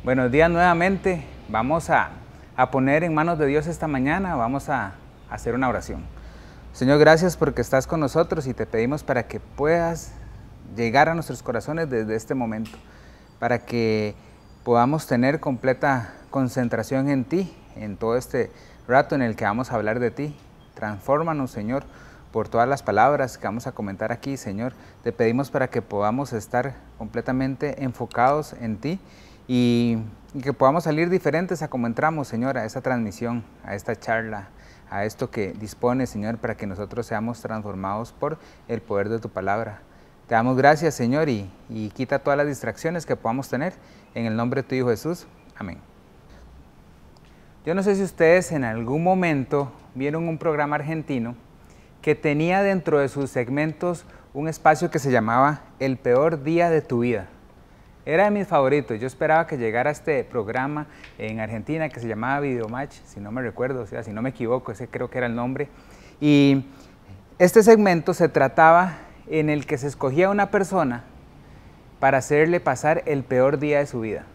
Buenos días nuevamente. Vamos a poner en manos de Dios esta mañana. Vamos a hacer una oración. Señor, gracias porque estás con nosotros y te pedimos para que puedas llegar a nuestros corazones desde este momento, para que podamos tener completa concentración en ti, en todo este rato en el que vamos a hablar de ti. Transfórmanos, Señor, por todas las palabras que vamos a comentar aquí, Señor. Te pedimos para que podamos estar completamente enfocados en ti y que podamos salir diferentes a como entramos, Señor, a esta transmisión, a esta charla, a esto que dispone, Señor, para que nosotros seamos transformados por el poder de tu palabra. Te damos gracias, Señor, y quita todas las distracciones que podamos tener. En el nombre de tu Hijo Jesús. Amén. Yo no sé si ustedes en algún momento vieron un programa argentino que tenía dentro de sus segmentos un espacio que se llamaba El Peor Día de tu Vida. Era de mis favoritos. Yo esperaba que llegara este programa en Argentina que se llamaba Videomatch, si no me recuerdo, o sea, si no me equivoco, ese creo que era el nombre. Y este segmento se trataba en el que se escogía una persona para hacerle pasar el peor día de su vida.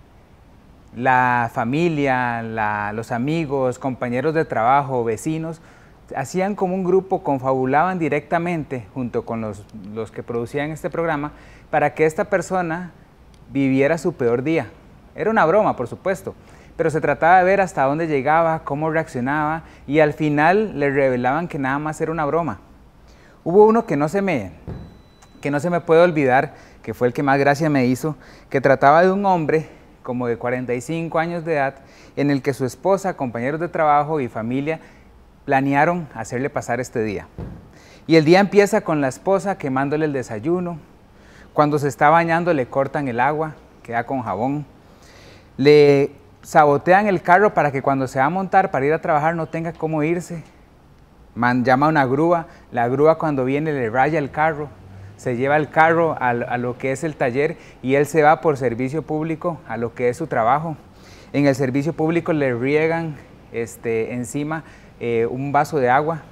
La familia, los amigos, compañeros de trabajo, vecinos, hacían como un grupo, confabulaban directamente junto con los que producían este programa para que esta persona viviera su peor día. Era una broma, por supuesto, pero se trataba de ver hasta dónde llegaba, cómo reaccionaba, y al final le revelaban que nada más era una broma. Hubo uno que no se me puede olvidar, que fue el que más gracia me hizo, que trataba de un hombre como de 45 años de edad, en el que su esposa, compañeros de trabajo y familia planearon hacerle pasar este día. Y el día empieza con la esposa quemándole el desayuno. Cuando se está bañando le cortan el agua, queda con jabón. Le sabotean el carro para que cuando se va a montar para ir a trabajar no tenga cómo irse. Llama a una grúa, la grúa cuando viene le raya el carro, se lleva el carro a lo que es el taller y él se va por servicio público a lo que es su trabajo. En el servicio público le riegan encima un vaso de agua.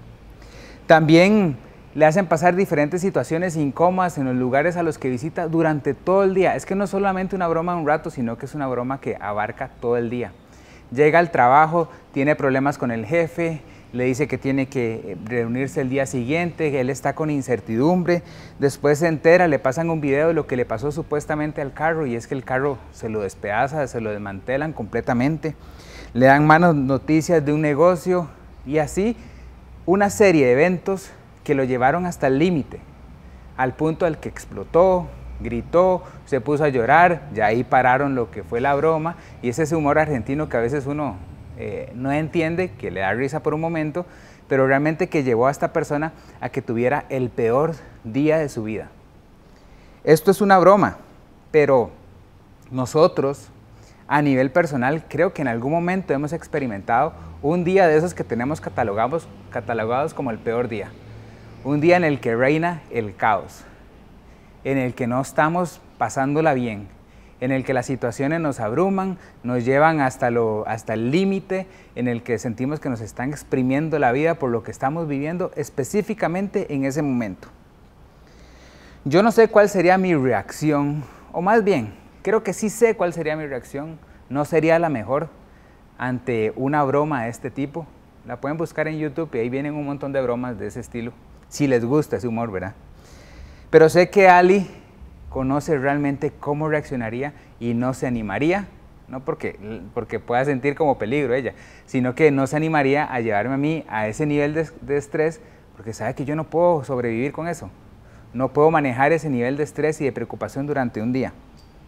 También le hacen pasar diferentes situaciones incómodas en los lugares a los que visita durante todo el día. Es que no es solamente una broma de un rato, sino que es una broma que abarca todo el día. Llega al trabajo, tiene problemas con el jefe, le dice que tiene que reunirse el día siguiente, él está con incertidumbre, después se entera, le pasan un video de lo que le pasó supuestamente al carro y es que el carro se lo despedaza, se lo desmantelan completamente, le dan malas noticias de un negocio y así una serie de eventos que lo llevaron hasta el límite, al punto al que explotó, gritó, se puso a llorar, ya ahí pararon lo que fue la broma y es ese humor argentino que a veces uno no entiende, que le da risa por un momento, pero realmente que llevó a esta persona a que tuviera el peor día de su vida. Esto es una broma, pero nosotros a nivel personal creo que en algún momento hemos experimentado un día de esos que tenemos catalogados como el peor día. Un día en el que reina el caos, en el que no estamos pasándola bien, en el que las situaciones nos abruman, nos llevan hasta el límite, en el que sentimos que nos están exprimiendo la vida por lo que estamos viviendo específicamente en ese momento. Yo no sé cuál sería mi reacción, o más bien, creo que sí sé cuál sería mi reacción, no sería la mejor ante una broma de este tipo. La pueden buscar en YouTube y ahí vienen un montón de bromas de ese estilo. Si les gusta ese humor, ¿verdad? Pero sé que Ali conoce realmente cómo reaccionaría y no se animaría, no porque pueda sentir como peligro ella, sino que no se animaría a llevarme a mí a ese nivel de estrés, porque sabe que yo no puedo sobrevivir con eso. No puedo manejar ese nivel de estrés y de preocupación durante un día.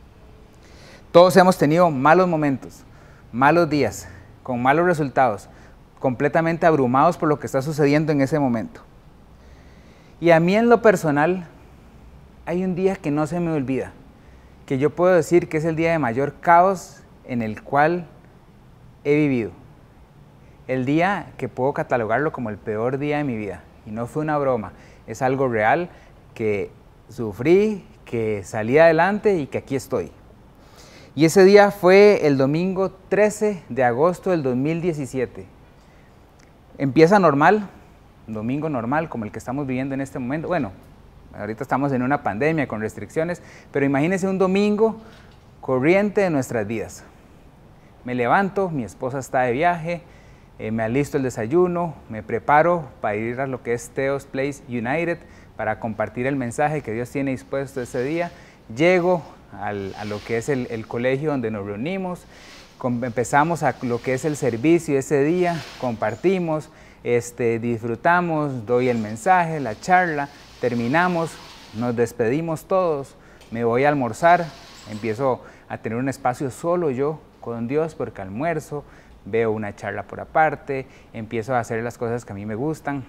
Todos hemos tenido malos momentos, malos días, con malos resultados, completamente abrumados por lo que está sucediendo en ese momento. Y a mí en lo personal, hay un día que no se me olvida, que yo puedo decir que es el día de mayor caos en el cual he vivido. El día que puedo catalogarlo como el peor día de mi vida. Y no fue una broma, es algo real que sufrí, que salí adelante y que aquí estoy. Y ese día fue el domingo 13 de agosto del 2017. Empieza normal, un domingo normal como el que estamos viviendo en este momento. Bueno, ahorita estamos en una pandemia con restricciones, pero imagínense un domingo corriente de nuestras vidas. Me levanto, mi esposa está de viaje, me alisto el desayuno, me preparo para ir a lo que es Theos Place United para compartir el mensaje que Dios tiene dispuesto ese día. Llego a lo que es el colegio donde nos reunimos, empezamos a lo que es el servicio ese día, compartimos, disfrutamos, doy el mensaje, la charla, terminamos, nos despedimos todos, me voy a almorzar, empiezo a tener un espacio solo yo con Dios porque almuerzo, veo una charla por aparte, empiezo a hacer las cosas que a mí me gustan,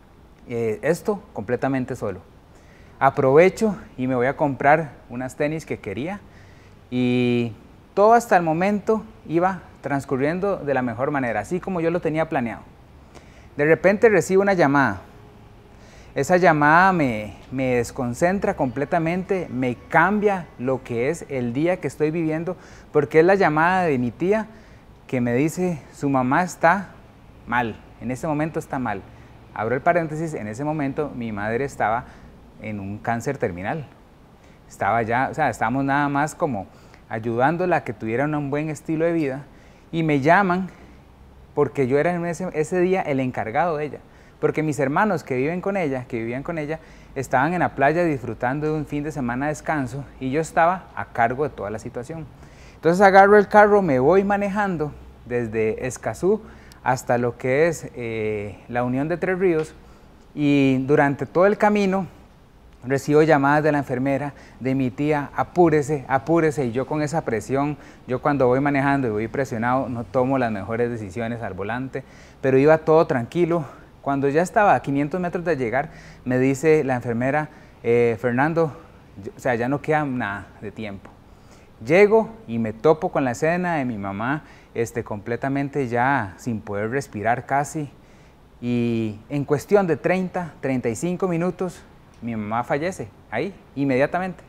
esto completamente solo. Aprovecho y me voy a comprar unas tenis que quería y todo hasta el momento iba transcurriendo de la mejor manera, así como yo lo tenía planeado. De repente recibo una llamada. Esa llamada me desconcentra completamente, me cambia lo que es el día que estoy viviendo, porque es la llamada de mi tía que me dice, su mamá está mal, en ese momento está mal. Abro el paréntesis, en ese momento mi madre estaba en un cáncer terminal. Estaba ya, o sea, estábamos nada más como ayudándola a que tuviera un buen estilo de vida y me llaman porque yo era ese día el encargado de ella. Porque mis hermanos que vivían con ella, estaban en la playa disfrutando de un fin de semana de descanso y yo estaba a cargo de toda la situación. Entonces agarro el carro, me voy manejando desde Escazú hasta lo que es la Unión de Tres Ríos y durante todo el camino recibo llamadas de la enfermera, de mi tía, apúrese, apúrese, y yo con esa presión, yo cuando voy manejando y voy presionado no tomo las mejores decisiones al volante, pero iba todo tranquilo. Cuando ya estaba a 500 metros de llegar, me dice la enfermera, Fernando, ya no queda nada de tiempo. Llego y me topo con la escena de mi mamá, completamente ya sin poder respirar casi, y en cuestión de 30, 35 minutos, mi mamá fallece, ahí, inmediatamente.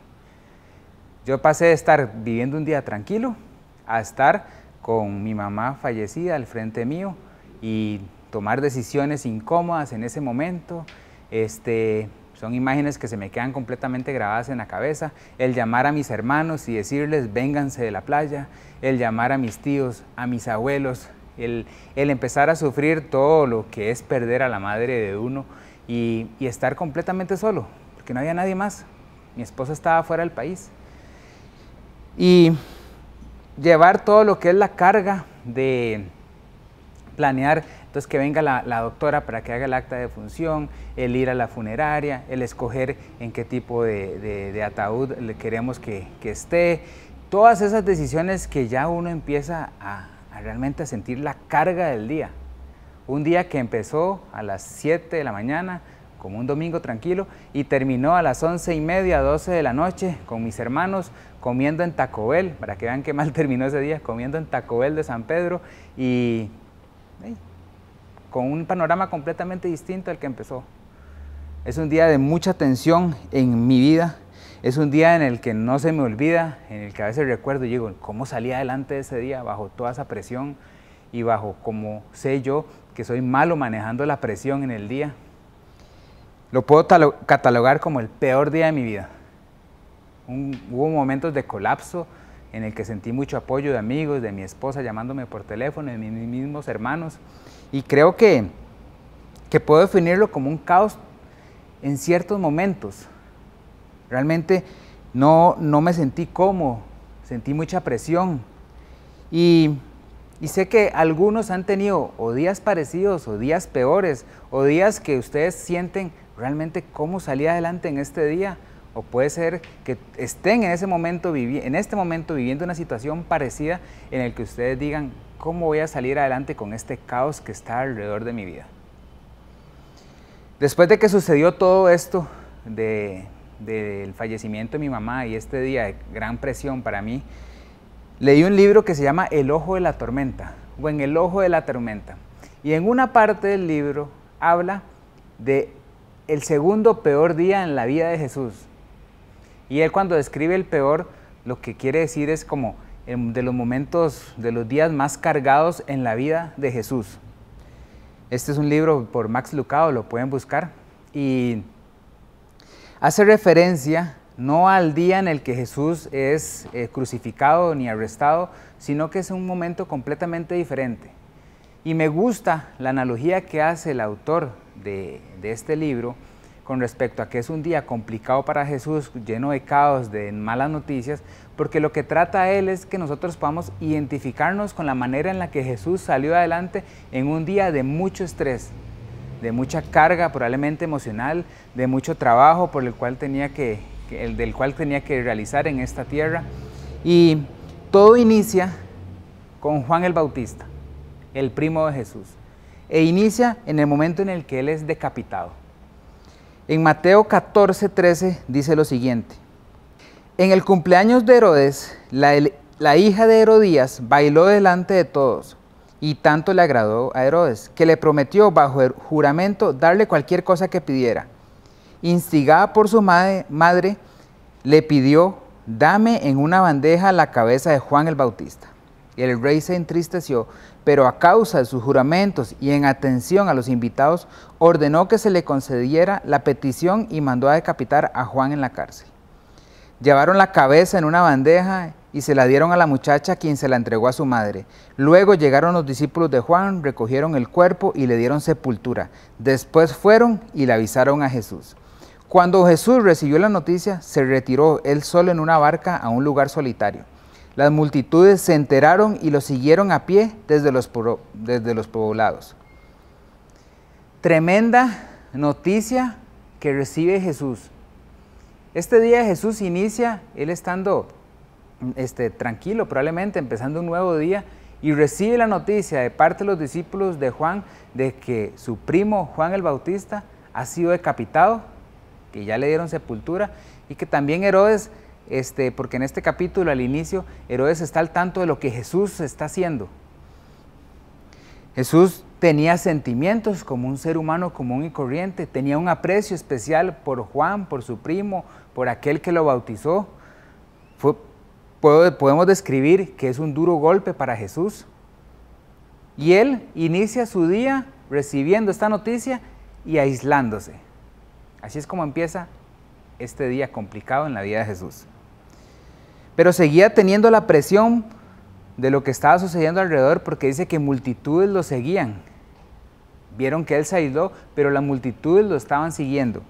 Yo pasé de estar viviendo un día tranquilo a estar con mi mamá fallecida al frente mío y tomar decisiones incómodas en ese momento. Son imágenes que se me quedan completamente grabadas en la cabeza. El llamar a mis hermanos y decirles, vénganse de la playa. El llamar a mis tíos, a mis abuelos. El empezar a sufrir todo lo que es perder a la madre de uno y estar completamente solo, porque no había nadie más. Mi esposa estaba fuera del país. Y llevar todo lo que es la carga de planear, entonces que venga la doctora para que haga el acta de defunción, el ir a la funeraria, el escoger en qué tipo de ataúd le queremos que esté, todas esas decisiones que ya uno empieza a realmente a sentir la carga del día. Un día que empezó a las 7 de la mañana, como un domingo tranquilo, y terminó a las 11:30, 12 de la noche, con mis hermanos, comiendo en Taco Bell, para que vean qué mal terminó ese día, comiendo en Taco Bell de San Pedro, y con un panorama completamente distinto al que empezó. Es un día de mucha tensión en mi vida, es un día en el que no se me olvida, en el que a veces recuerdo y digo, ¿cómo salí adelante ese día bajo toda esa presión y bajo cómo sé yo que soy malo manejando la presión en el día? Lo puedo catalogar como el peor día de mi vida. Hubo momentos de colapso en el que sentí mucho apoyo de amigos, de mi esposa llamándome por teléfono, de mis mismos hermanos, y creo que puedo definirlo como un caos en ciertos momentos. Realmente no me sentí cómodo, sentí mucha presión y sé que algunos han tenido o días parecidos o días peores o días que ustedes sienten realmente cómo salí adelante en este día, o puede ser que estén en este momento viviendo una situación parecida en el que ustedes digan, ¿cómo voy a salir adelante con este caos que está alrededor de mi vida? Después de que sucedió todo esto del fallecimiento de mi mamá y este día de gran presión para mí, leí un libro que se llama El Ojo de la Tormenta, o En el Ojo de la Tormenta, y en una parte del libro habla de el segundo peor día en la vida de Jesús. Y él, cuando describe el peor, lo que quiere decir es como de los momentos, de los días más cargados en la vida de Jesús. Este es un libro por Max Lucado, lo pueden buscar, y hace referencia no al día en el que Jesús es crucificado ni arrestado, sino que es un momento completamente diferente. Y me gusta la analogía que hace el autor de este libro con respecto a que es un día complicado para Jesús, lleno de caos, de malas noticias, porque lo que trata él es que nosotros podamos identificarnos con la manera en la que Jesús salió adelante en un día de mucho estrés, de mucha carga probablemente emocional, de mucho trabajo por el cual del cual tenía que realizar en esta tierra. Y todo inicia con Juan el Bautista, el primo de Jesús, e inicia en el momento en el que él es decapitado. En Mateo 14:13 dice lo siguiente: en el cumpleaños de Herodes, la hija de Herodías bailó delante de todos, y tanto le agradó a Herodes, que le prometió bajo el juramento darle cualquier cosa que pidiera. Instigada por su madre, le pidió: dame en una bandeja la cabeza de Juan el Bautista. Y el rey se entristeció, pero a causa de sus juramentos y en atención a los invitados, ordenó que se le concediera la petición y mandó a decapitar a Juan en la cárcel. Llevaron la cabeza en una bandeja y se la dieron a la muchacha, quien se la entregó a su madre. Luego llegaron los discípulos de Juan, recogieron el cuerpo y le dieron sepultura. Después fueron y le avisaron a Jesús. Cuando Jesús recibió la noticia, se retiró él solo en una barca a un lugar solitario. Las multitudes se enteraron y lo siguieron a pie desde los poblados. Tremenda noticia que recibe Jesús. Este día Jesús inicia, él estando tranquilo, probablemente empezando un nuevo día, y recibe la noticia de parte de los discípulos de Juan de que su primo Juan el Bautista ha sido decapitado, que ya le dieron sepultura, y que también Herodes, porque en este capítulo al inicio, Herodes está al tanto de lo que Jesús está haciendo. Jesús tenía sentimientos como un ser humano común y corriente, tenía un aprecio especial por Juan, por su primo, por aquel que lo bautizó. Podemos describir que es un duro golpe para Jesús. Y él inicia su día recibiendo esta noticia y aislándose. Así es como empieza este día complicado en la vida de Jesús. Pero seguía teniendo la presión de lo que estaba sucediendo alrededor, porque dice que multitudes lo seguían. Vieron que él se aisló, pero las multitudes lo estaban siguiendo.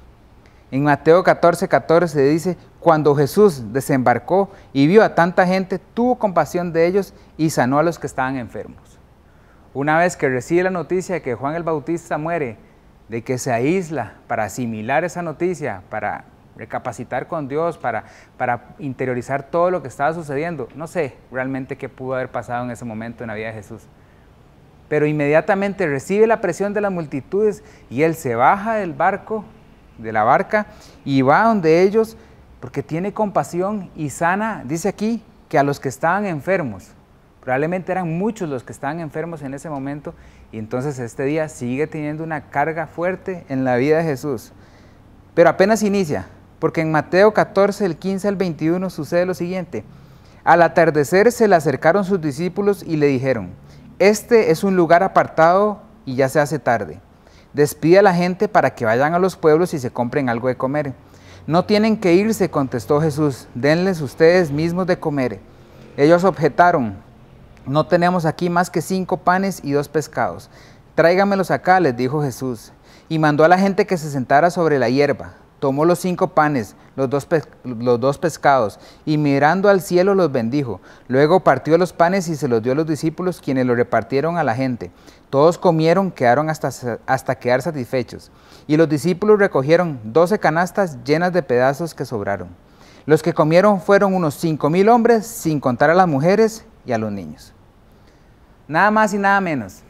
En Mateo 14:14 dice: cuando Jesús desembarcó y vio a tanta gente, tuvo compasión de ellos y sanó a los que estaban enfermos. Una vez que recibe la noticia de que Juan el Bautista muere, de que se aísla para asimilar esa noticia, para recapacitar con Dios, para interiorizar todo lo que estaba sucediendo. No sé realmente qué pudo haber pasado en ese momento en la vida de Jesús. Pero inmediatamente recibe la presión de las multitudes y él se baja de la barca y va donde ellos, porque tiene compasión y sana, dice aquí, que a los que estaban enfermos. Probablemente eran muchos los que estaban enfermos en ese momento, y entonces este día sigue teniendo una carga fuerte en la vida de Jesús. Pero apenas inicia, porque en Mateo 14, el 15 al 21 sucede lo siguiente: al atardecer se le acercaron sus discípulos y le dijeron: este es un lugar apartado y ya se hace tarde. Despide a la gente para que vayan a los pueblos y se compren algo de comer. No tienen que irse, contestó Jesús, denles ustedes mismos de comer. Ellos objetaron: no tenemos aquí más que 5 panes y 2 pescados. Tráigamelos acá, les dijo Jesús. Y mandó a la gente que se sentara sobre la hierba. Tomó los 5 panes, los dos pescados, y mirando al cielo los bendijo. Luego partió los panes y se los dio a los discípulos, quienes los repartieron a la gente. Todos comieron, quedaron hasta quedar satisfechos. Y los discípulos recogieron 12 canastas llenas de pedazos que sobraron. Los que comieron fueron unos 5,000 hombres, sin contar a las mujeres y a los niños. Nada más y nada menos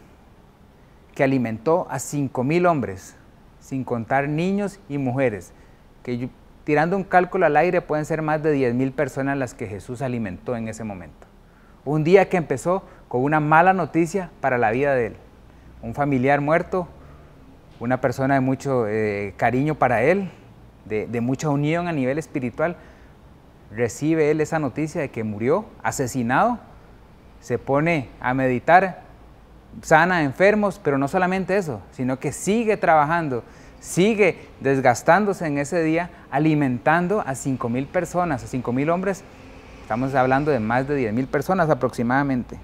que alimentó a 5,000 hombres, sin contar niños y mujeres, que tirando un cálculo al aire pueden ser más de 10,000 personas las que Jesús alimentó en ese momento. Un día que empezó con una mala noticia para la vida de él. Un familiar muerto, una persona de mucho cariño para él, de mucha unión a nivel espiritual. Recibe él esa noticia de que murió, asesinado, se pone a meditar, sana a enfermos, pero no solamente eso, sino que sigue trabajando, sigue desgastándose en ese día, alimentando a 5,000 personas, a 5,000 hombres. Estamos hablando de más de 10,000 personas aproximadamente.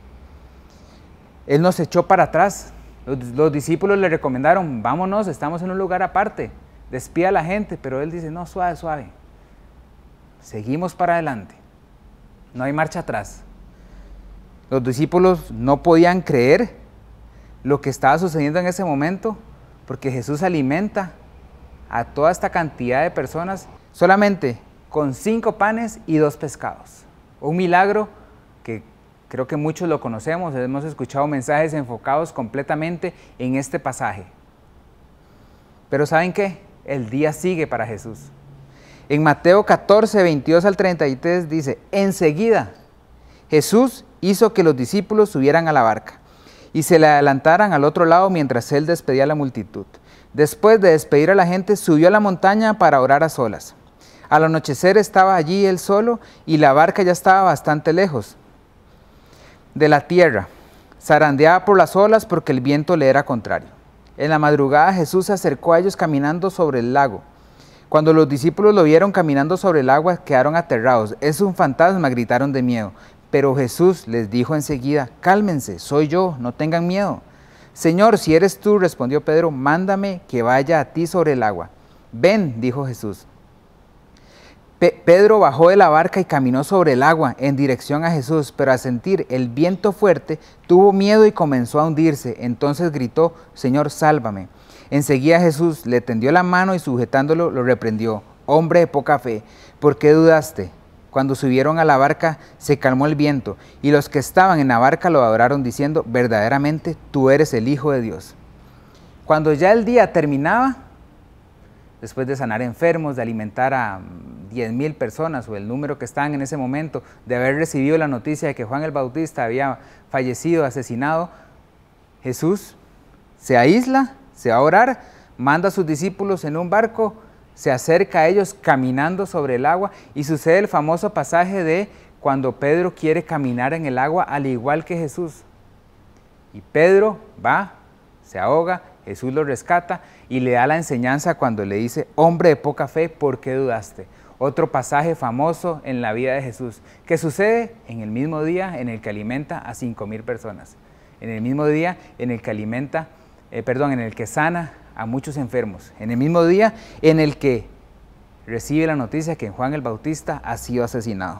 Él nos echó para atrás. Los discípulos le recomendaron, vámonos, estamos en un lugar aparte, despida a la gente, pero él dice, no, suave, suave. Seguimos para adelante, no hay marcha atrás. Los discípulos no podían creer lo que estaba sucediendo en ese momento, porque Jesús alimenta a toda esta cantidad de personas solamente con 5 panes y 2 pescados. Un milagro que creo que muchos lo conocemos, hemos escuchado mensajes enfocados completamente en este pasaje. Pero ¿saben qué? El día sigue para Jesús. En Mateo 14, 22 al 33 dice, enseguida Jesús hizo que los discípulos subieran a la barca y se le adelantaran al otro lado mientras él despedía a la multitud. Después de despedir a la gente, subió a la montaña para orar a solas. Al anochecer estaba allí él solo y la barca ya estaba bastante lejos de la tierra, zarandeada por las olas porque el viento le era contrario. En la madrugada Jesús se acercó a ellos caminando sobre el lago. Cuando los discípulos lo vieron caminando sobre el agua, quedaron aterrados. Es un fantasma, gritaron de miedo. Pero Jesús les dijo enseguida, cálmense, soy yo, no tengan miedo. Señor, si eres tú, respondió Pedro, mándame que vaya a ti sobre el agua. Ven, dijo Jesús. Pedro bajó de la barca y caminó sobre el agua en dirección a Jesús, pero al sentir el viento fuerte, tuvo miedo y comenzó a hundirse. Entonces gritó, Señor, sálvame. Enseguida Jesús le tendió la mano y sujetándolo lo reprendió. Hombre de poca fe, ¿por qué dudaste? Cuando subieron a la barca se calmó el viento y los que estaban en la barca lo adoraron diciendo, verdaderamente tú eres el Hijo de Dios. Cuando ya el día terminaba, después de sanar enfermos, de alimentar a 10,000 personas o el número que estaban en ese momento, de haber recibido la noticia de que Juan el Bautista había fallecido, asesinado, Jesús se aísla, se va a orar, manda a sus discípulos en un barco, se acerca a ellos caminando sobre el agua y sucede el famoso pasaje de cuando Pedro quiere caminar en el agua al igual que Jesús. Y Pedro va, se ahoga, Jesús lo rescata y le da la enseñanza cuando le dice, hombre de poca fe, ¿por qué dudaste? Otro pasaje famoso en la vida de Jesús, que sucede en el mismo día en el que alimenta a 5,000 personas, en el mismo día en el que en el que sana a muchos enfermos, en el mismo día en el que recibe la noticia que Juan el Bautista ha sido asesinado.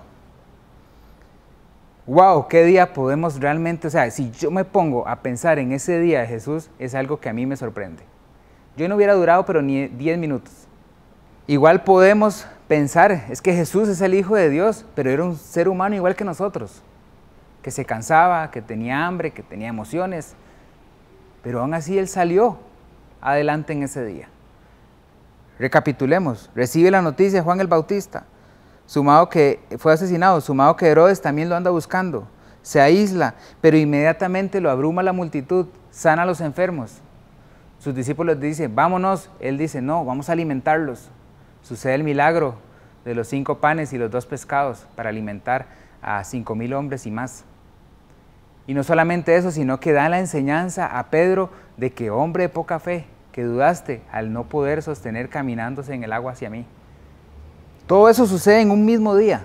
¡Wow! ¿Qué día podemos realmente, si yo me pongo a pensar en ese día de Jesús, es algo que a mí me sorprende. Yo no hubiera durado pero ni 10 minutos. Igual podemos pensar, es que Jesús es el Hijo de Dios, pero era un ser humano igual que nosotros, que se cansaba, que tenía hambre, que tenía emociones, pero aún así Él salió adelante en ese día. Recapitulemos, recibe la noticia de Juan el Bautista, sumado que fue asesinado, sumado que Herodes también lo anda buscando, se aísla, pero inmediatamente lo abruma la multitud, sana a los enfermos. Sus discípulos dicen, vámonos, él dice, no, vamos a alimentarlos. Sucede el milagro de los 5 panes y los 2 pescados para alimentar a 5,000 hombres y más. Y no solamente eso, sino que da la enseñanza a Pedro de que hombre de poca fe, que dudaste al no poder sostener caminándose en el agua hacia mí. Todo eso sucede en un mismo día.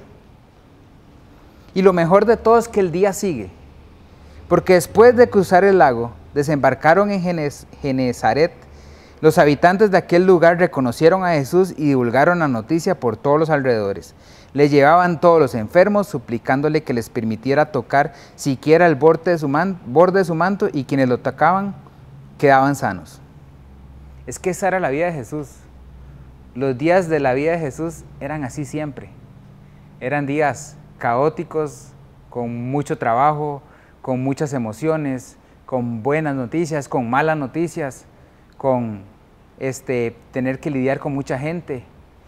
Y lo mejor de todo es que el día sigue. Porque después de cruzar el lago, desembarcaron en Genezaret. Los habitantes de aquel lugar reconocieron a Jesús y divulgaron la noticia por todos los alrededores. Le llevaban todos los enfermos, suplicándole que les permitiera tocar siquiera el borde de su manto, y quienes lo tocaban quedaban sanos. Es que esa era la vida de Jesús. Los días de la vida de Jesús eran así siempre. Eran días caóticos, con mucho trabajo, con muchas emociones, con buenas noticias, con malas noticias, con tener que lidiar con mucha gente.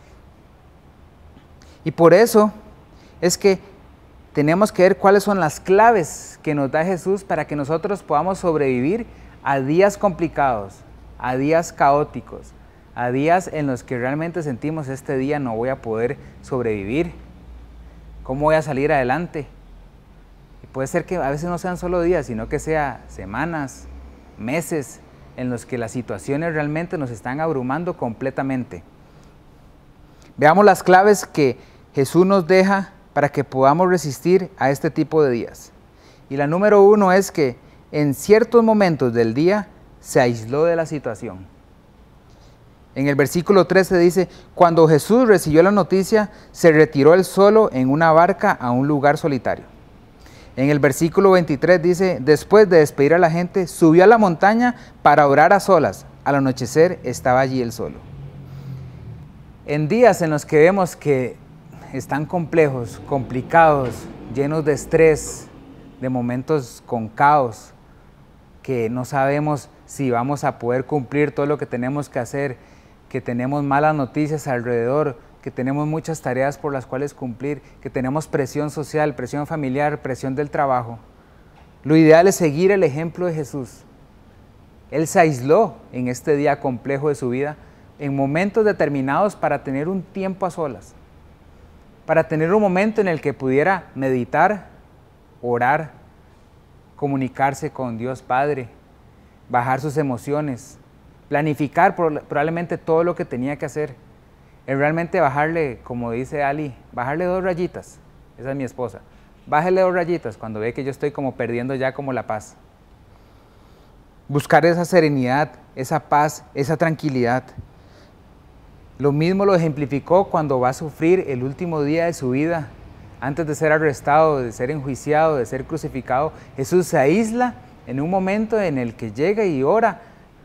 Y por eso es que tenemos que ver cuáles son las claves que nos da Jesús para que nosotros podamos sobrevivir a días complicados, a días caóticos, a días en los que realmente sentimos este día no voy a poder sobrevivir. ¿Cómo voy a salir adelante? Y puede ser que a veces no sean solo días, sino que sea semanas, meses, en los que las situaciones realmente nos están abrumando completamente. Veamos las claves que Jesús nos deja para que podamos resistir a este tipo de días. Y la número 1 es que en ciertos momentos del día se aisló de la situación. En el versículo 13 dice, cuando Jesús recibió la noticia, se retiró él solo en una barca a un lugar solitario. En el versículo 23 dice, después de despedir a la gente, subió a la montaña para orar a solas. Al anochecer estaba allí él solo. En días en los que vemos que están complejos, complicados, llenos de estrés, de momentos con caos, que no sabemos si vamos a poder cumplir todo lo que tenemos que hacer, que tenemos malas noticias alrededor, que tenemos muchas tareas por las cuales cumplir, que tenemos presión social, presión familiar, presión del trabajo. Lo ideal es seguir el ejemplo de Jesús. Él se aisló en este día complejo de su vida, en momentos determinados para tener un tiempo a solas, para tener un momento en el que pudiera meditar, orar, comunicarse con Dios Padre, bajar sus emociones, planificar probablemente todo lo que tenía que hacer. Es realmente bajarle, como dice Ali, bajarle 2 rayitas. Esa es mi esposa. Bájale 2 rayitas cuando ve que yo estoy como perdiendo ya como la paz. Buscar esa serenidad, esa paz, esa tranquilidad. Lo mismo lo ejemplificó cuando va a sufrir el último día de su vida. Antes de ser arrestado, de ser enjuiciado, de ser crucificado, Jesús se aísla en un momento en el que llega y ora,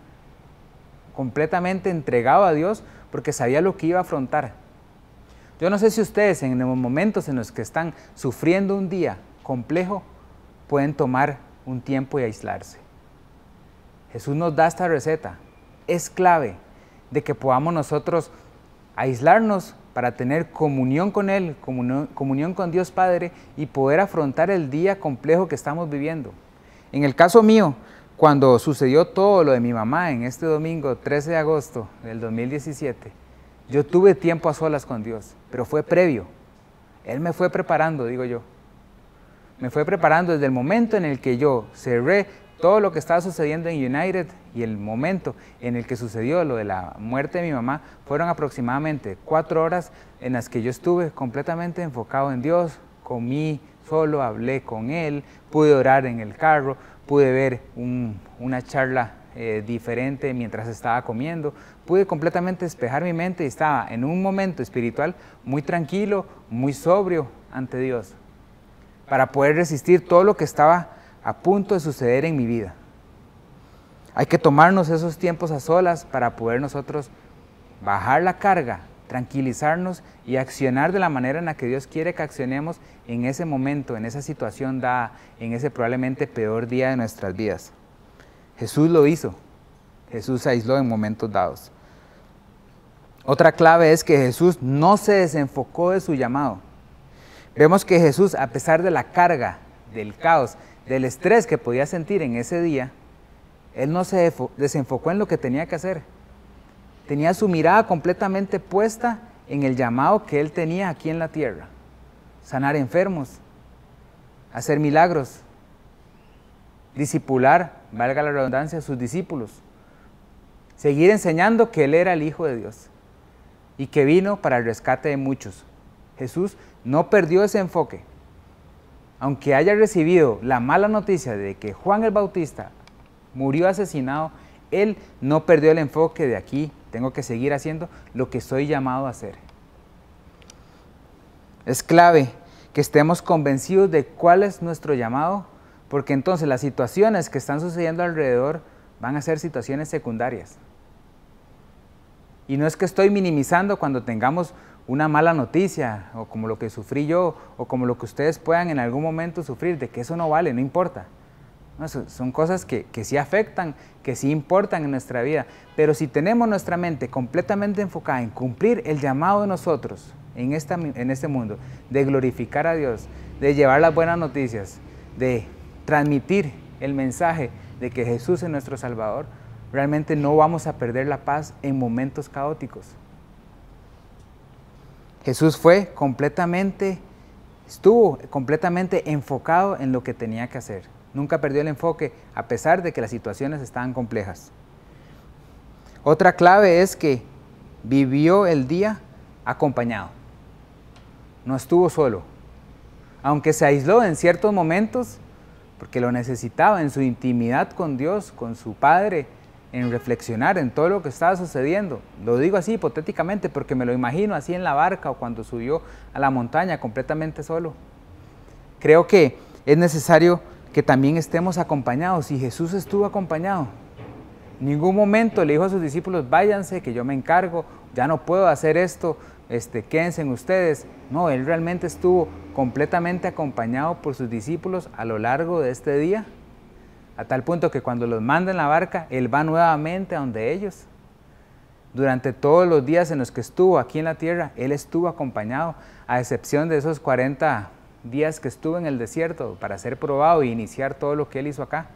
completamente entregado a Dios, porque sabía lo que iba a afrontar. Yo no sé si ustedes en los momentos en los que están sufriendo un día complejo, pueden tomar un tiempo y aislarse. Jesús nos da esta receta. Es clave de que podamos nosotros aislarnos para tener comunión con Él, comunión con Dios Padre y poder afrontar el día complejo que estamos viviendo. En el caso mío, cuando sucedió todo lo de mi mamá en este domingo 13 de agosto del 2017, yo tuve tiempo a solas con Dios, pero fue previo. Él me fue preparando, digo yo. Me fue preparando desde el momento en el que yo cerré todo lo que estaba sucediendo en United y el momento en el que sucedió lo de la muerte de mi mamá, fueron aproximadamente 4 horas en las que yo estuve completamente enfocado en Dios, comí solo, hablé con Él, pude orar en el carro, pude ver una charla diferente mientras estaba comiendo, pude completamente despejar mi mente y estaba en un momento espiritual muy tranquilo, muy sobrio ante Dios, para poder resistir todo lo que estaba a punto de suceder en mi vida. Hay que tomarnos esos tiempos a solas para poder nosotros bajar la carga, tranquilizarnos y accionar de la manera en la que Dios quiere que accionemos en ese momento, en esa situación dada, en ese probablemente peor día de nuestras vidas. Jesús lo hizo. Jesús se aisló en momentos dados. Otra clave es que Jesús no se desenfocó de su llamado. Vemos que Jesús, a pesar de la carga, del caos, del estrés que podía sentir en ese día, Él no se desenfocó en lo que tenía que hacer. Tenía su mirada completamente puesta en el llamado que Él tenía aquí en la tierra. Sanar enfermos, hacer milagros, discipular, valga la redundancia, a sus discípulos. Seguir enseñando que Él era el Hijo de Dios y que vino para el rescate de muchos. Jesús no perdió ese enfoque. Aunque haya recibido la mala noticia de que Juan el Bautista murió asesinado, Él no perdió el enfoque de aquí. Tengo que seguir haciendo lo que soy llamado a hacer. Es clave que estemos convencidos de cuál es nuestro llamado, porque entonces las situaciones que están sucediendo alrededor van a ser situaciones secundarias. Y no es que estoy minimizando cuando tengamos una mala noticia, o como lo que sufrí yo, o como lo que ustedes puedan en algún momento sufrir, de que eso no vale, no importa. No, son cosas que sí afectan, que sí importan en nuestra vida, pero si tenemos nuestra mente completamente enfocada en cumplir el llamado de nosotros en este mundo, de glorificar a Dios, de llevar las buenas noticias, de transmitir el mensaje de que Jesús es nuestro Salvador, realmente no vamos a perder la paz en momentos caóticos. Jesús estuvo completamente enfocado en lo que tenía que hacer. Nunca perdió el enfoque a pesar de que las situaciones estaban complejas. Otra clave es que vivió el día acompañado. No estuvo solo. Aunque se aisló en ciertos momentos, porque lo necesitaba en su intimidad con Dios, con su Padre, en reflexionar en todo lo que estaba sucediendo. Lo digo así hipotéticamente porque me lo imagino así en la barca o cuando subió a la montaña completamente solo. Creo que es necesario que también estemos acompañados, y Jesús estuvo acompañado. En ningún momento le dijo a sus discípulos, váyanse, que yo me encargo, ya no puedo hacer esto, quédense ustedes. No, Él realmente estuvo completamente acompañado por sus discípulos a lo largo de este día, a tal punto que cuando los manda en la barca, Él va nuevamente a donde ellos. Durante todos los días en los que estuvo aquí en la tierra, Él estuvo acompañado, a excepción de esos 40 días que estuvo en el desierto para ser probado e iniciar todo lo que Él hizo acá.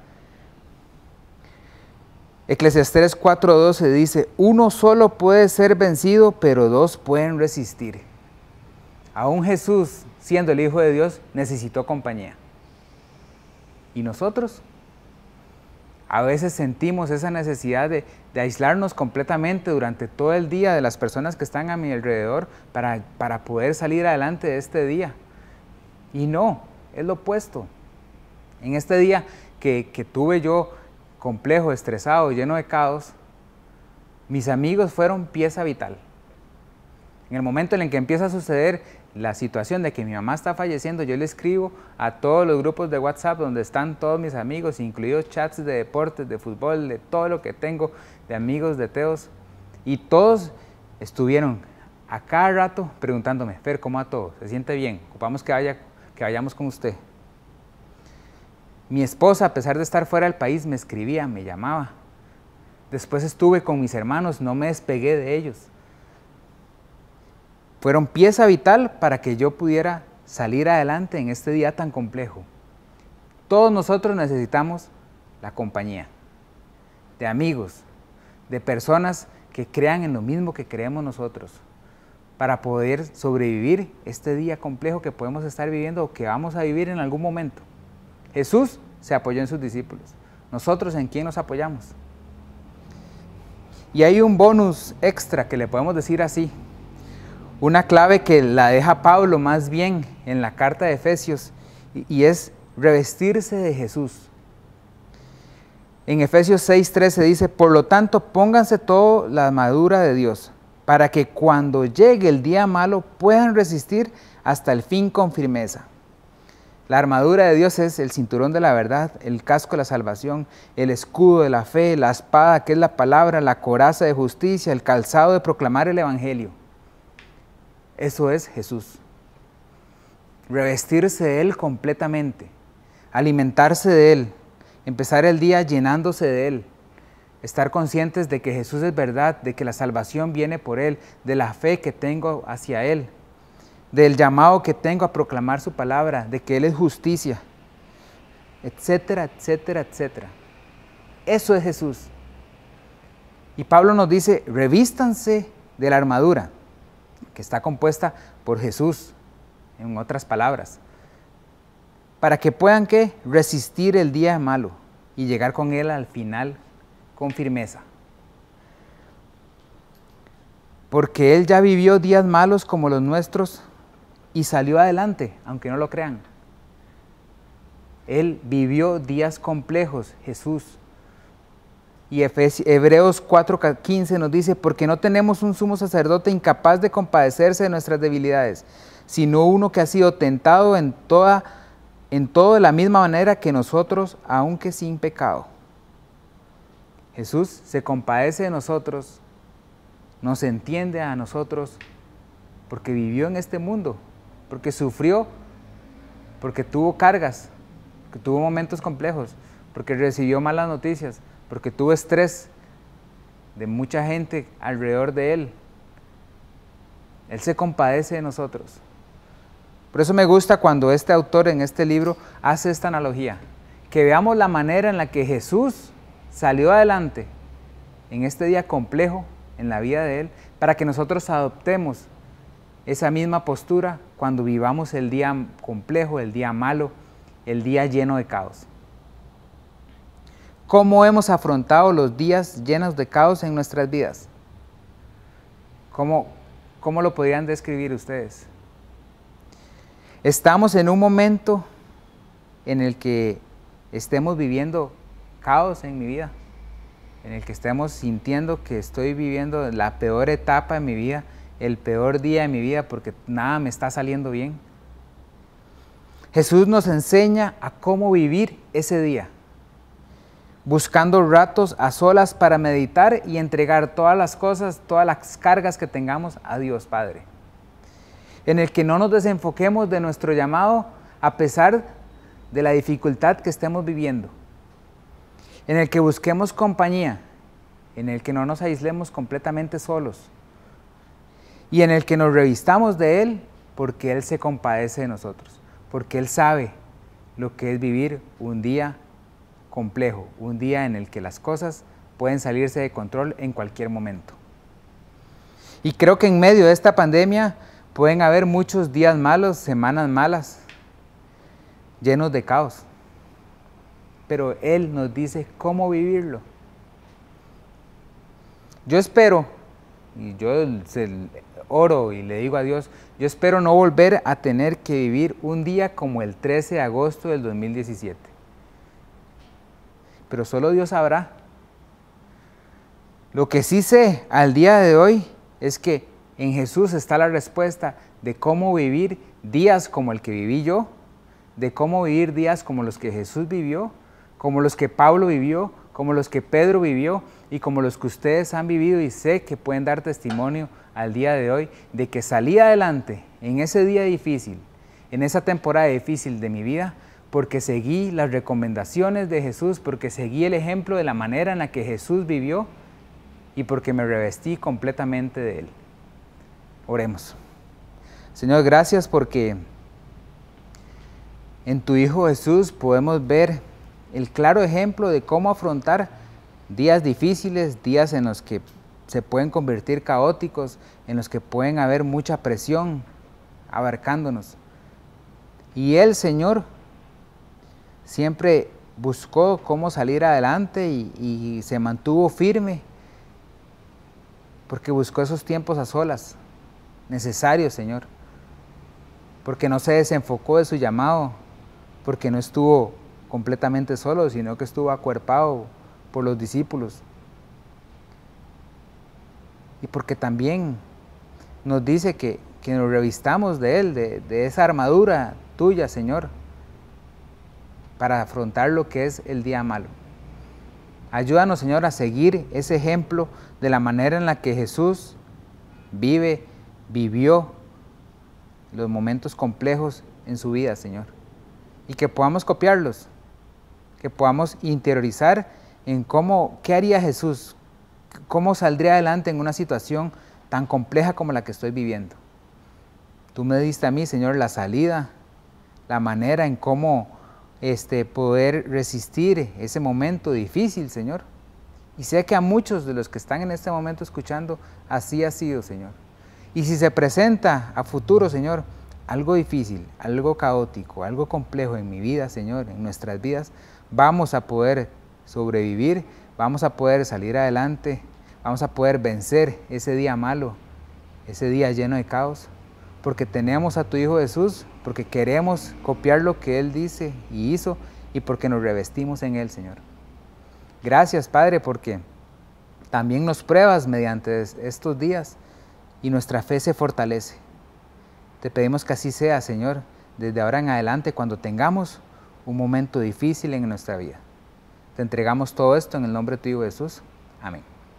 Eclesiastés 4:12 dice, uno solo puede ser vencido, pero dos pueden resistir. Aún Jesús, siendo el Hijo de Dios, necesitó compañía. ¿Y nosotros? A veces sentimos esa necesidad de aislarnos completamente durante todo el día de las personas que están a mi alrededor para poder salir adelante de este día. Y no, es lo opuesto. En este día que tuve yo complejo, estresado, lleno de caos, mis amigos fueron pieza vital. En el momento en el que empieza a suceder la situación de que mi mamá está falleciendo, yo le escribo a todos los grupos de WhatsApp donde están todos mis amigos, incluidos chats de deportes, de fútbol, de todo lo que tengo, de amigos, de teos, y todos estuvieron a cada rato preguntándome, Fer, ¿cómo va todo? ¿Se siente bien? Ocupamos que vayamos con usted. Mi esposa, a pesar de estar fuera del país, me escribía, me llamaba. Después estuve con mis hermanos, no me despegué de ellos. Fueron pieza vital para que yo pudiera salir adelante en este día tan complejo. Todos nosotros necesitamos la compañía de amigos, de personas que crean en lo mismo que creemos nosotros, para poder sobrevivir este día complejo que podemos estar viviendo o que vamos a vivir en algún momento. Jesús se apoyó en sus discípulos. ¿Nosotros en quién nos apoyamos? Y hay un bonus extra que le podemos decir así. Una clave que la deja Pablo más bien en la carta de Efesios, y es revestirse de Jesús. En Efesios 6:13 dice, por lo tanto, pónganse toda la armadura de Dios, para que cuando llegue el día malo puedan resistir hasta el fin con firmeza. La armadura de Dios es el cinturón de la verdad, el casco de la salvación, el escudo de la fe, la espada que es la palabra, la coraza de justicia, el calzado de proclamar el evangelio. Eso es Jesús. Revestirse de Él completamente, alimentarse de Él, empezar el día llenándose de Él, estar conscientes de que Jesús es verdad, de que la salvación viene por Él, de la fe que tengo hacia Él, del llamado que tengo a proclamar su palabra, de que Él es justicia, etcétera, etcétera, etcétera. Eso es Jesús. Y Pablo nos dice, revístanse de la armadura, que está compuesta por Jesús, en otras palabras, para que puedan, ¿qué?, resistir el día malo y llegar con Él al final con firmeza. Porque Él ya vivió días malos como los nuestros y salió adelante, aunque no lo crean. Él vivió días complejos, Jesús. Y Hebreos 4:15 nos dice, porque no tenemos un sumo sacerdote incapaz de compadecerse de nuestras debilidades, sino uno que ha sido tentado en todo de la misma manera que nosotros, aunque sin pecado. Jesús se compadece de nosotros, nos entiende a nosotros, porque vivió en este mundo, porque sufrió, porque tuvo cargas, porque tuvo momentos complejos, porque recibió malas noticias, porque tuvo estrés de mucha gente alrededor de Él. Él se compadece de nosotros. Por eso me gusta cuando este autor en este libro hace esta analogía, que veamos la manera en la que Jesús salió adelante en este día complejo en la vida de Él, para que nosotros adoptemos esa misma postura cuando vivamos el día complejo, el día malo, el día lleno de caos. ¿Cómo hemos afrontado los días llenos de caos en nuestras vidas? ¿Cómo lo podrían describir ustedes? Estamos en un momento en el que estemos viviendo caos en mi vida, en el que estemos sintiendo que estoy viviendo la peor etapa de mi vida, el peor día de mi vida porque nada me está saliendo bien. Jesús nos enseña a cómo vivir ese día, buscando ratos a solas para meditar y entregar todas las cosas, todas las cargas que tengamos a Dios Padre, en el que no nos desenfoquemos de nuestro llamado a pesar de la dificultad que estemos viviendo, en el que busquemos compañía, en el que no nos aislemos completamente solos y en el que nos revistamos de Él porque Él se compadece de nosotros, porque Él sabe lo que es vivir un día complejo, un día en el que las cosas pueden salirse de control en cualquier momento. Y creo que en medio de esta pandemia pueden haber muchos días malos, semanas malas, llenos de caos. Pero Él nos dice cómo vivirlo. Yo espero, y yo oro y le digo a Dios, yo espero no volver a tener que vivir un día como el 13 de agosto del 2017. Pero solo Dios sabrá. Lo que sí sé al día de hoy es que en Jesús está la respuesta de cómo vivir días como el que viví yo, de cómo vivir días como los que Jesús vivió, como los que Pablo vivió, como los que Pedro vivió y como los que ustedes han vivido, y sé que pueden dar testimonio al día de hoy de que salí adelante en ese día difícil, en esa temporada difícil de mi vida, porque seguí las recomendaciones de Jesús, porque seguí el ejemplo de la manera en la que Jesús vivió y porque me revestí completamente de Él. Oremos. Señor, gracias porque en tu Hijo Jesús podemos ver el claro ejemplo de cómo afrontar días difíciles, días en los que se pueden convertir caóticos, en los que pueden haber mucha presión abarcándonos. Y Él, Señor, siempre buscó cómo salir adelante y se mantuvo firme, porque buscó esos tiempos a solas, necesarios, Señor, porque no se desenfocó de su llamado, porque no estuvo completamente solo, sino que estuvo acuerpado por los discípulos. Y porque también nos dice que nos revistamos de Él, de esa armadura tuya, Señor, para afrontar lo que es el día malo. Ayúdanos, Señor, a seguir ese ejemplo de la manera en la que Jesús vivió los momentos complejos en su vida, Señor. Y que podamos copiarlos, que podamos interiorizar en qué haría Jesús, cómo saldría adelante en una situación tan compleja como la que estoy viviendo. Tú me diste a mí, Señor, la salida, la manera en cómo poder resistir ese momento difícil, Señor. Y sé que a muchos de los que están en este momento escuchando, así ha sido, Señor. Y si se presenta a futuro, Señor, algo difícil, algo caótico, algo complejo en mi vida, Señor, en nuestras vidas, vamos a poder sobrevivir, vamos a poder salir adelante, vamos a poder vencer ese día malo, ese día lleno de caos, porque tenemos a tu Hijo Jesús, porque queremos copiar lo que Él dice y hizo, y porque nos revestimos en Él, Señor. Gracias, Padre, porque también nos pruebas mediante estos días y nuestra fe se fortalece. Te pedimos que así sea, Señor, desde ahora en adelante, cuando tengamos un momento difícil en nuestra vida. Te entregamos todo esto en el nombre de tu Hijo Jesús. Amén.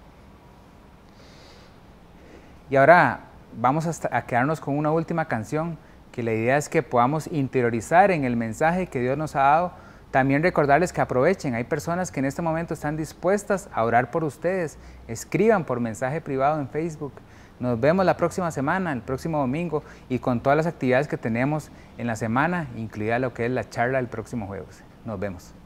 Y ahora vamos a quedarnos con una última canción, que la idea es que podamos interiorizar en el mensaje que Dios nos ha dado. También recordarles que aprovechen, hay personas que en este momento están dispuestas a orar por ustedes. Escriban por mensaje privado en Facebook. Nos vemos la próxima semana, el próximo domingo, y con todas las actividades que tenemos en la semana, incluida lo que es la charla del próximo jueves. Nos vemos.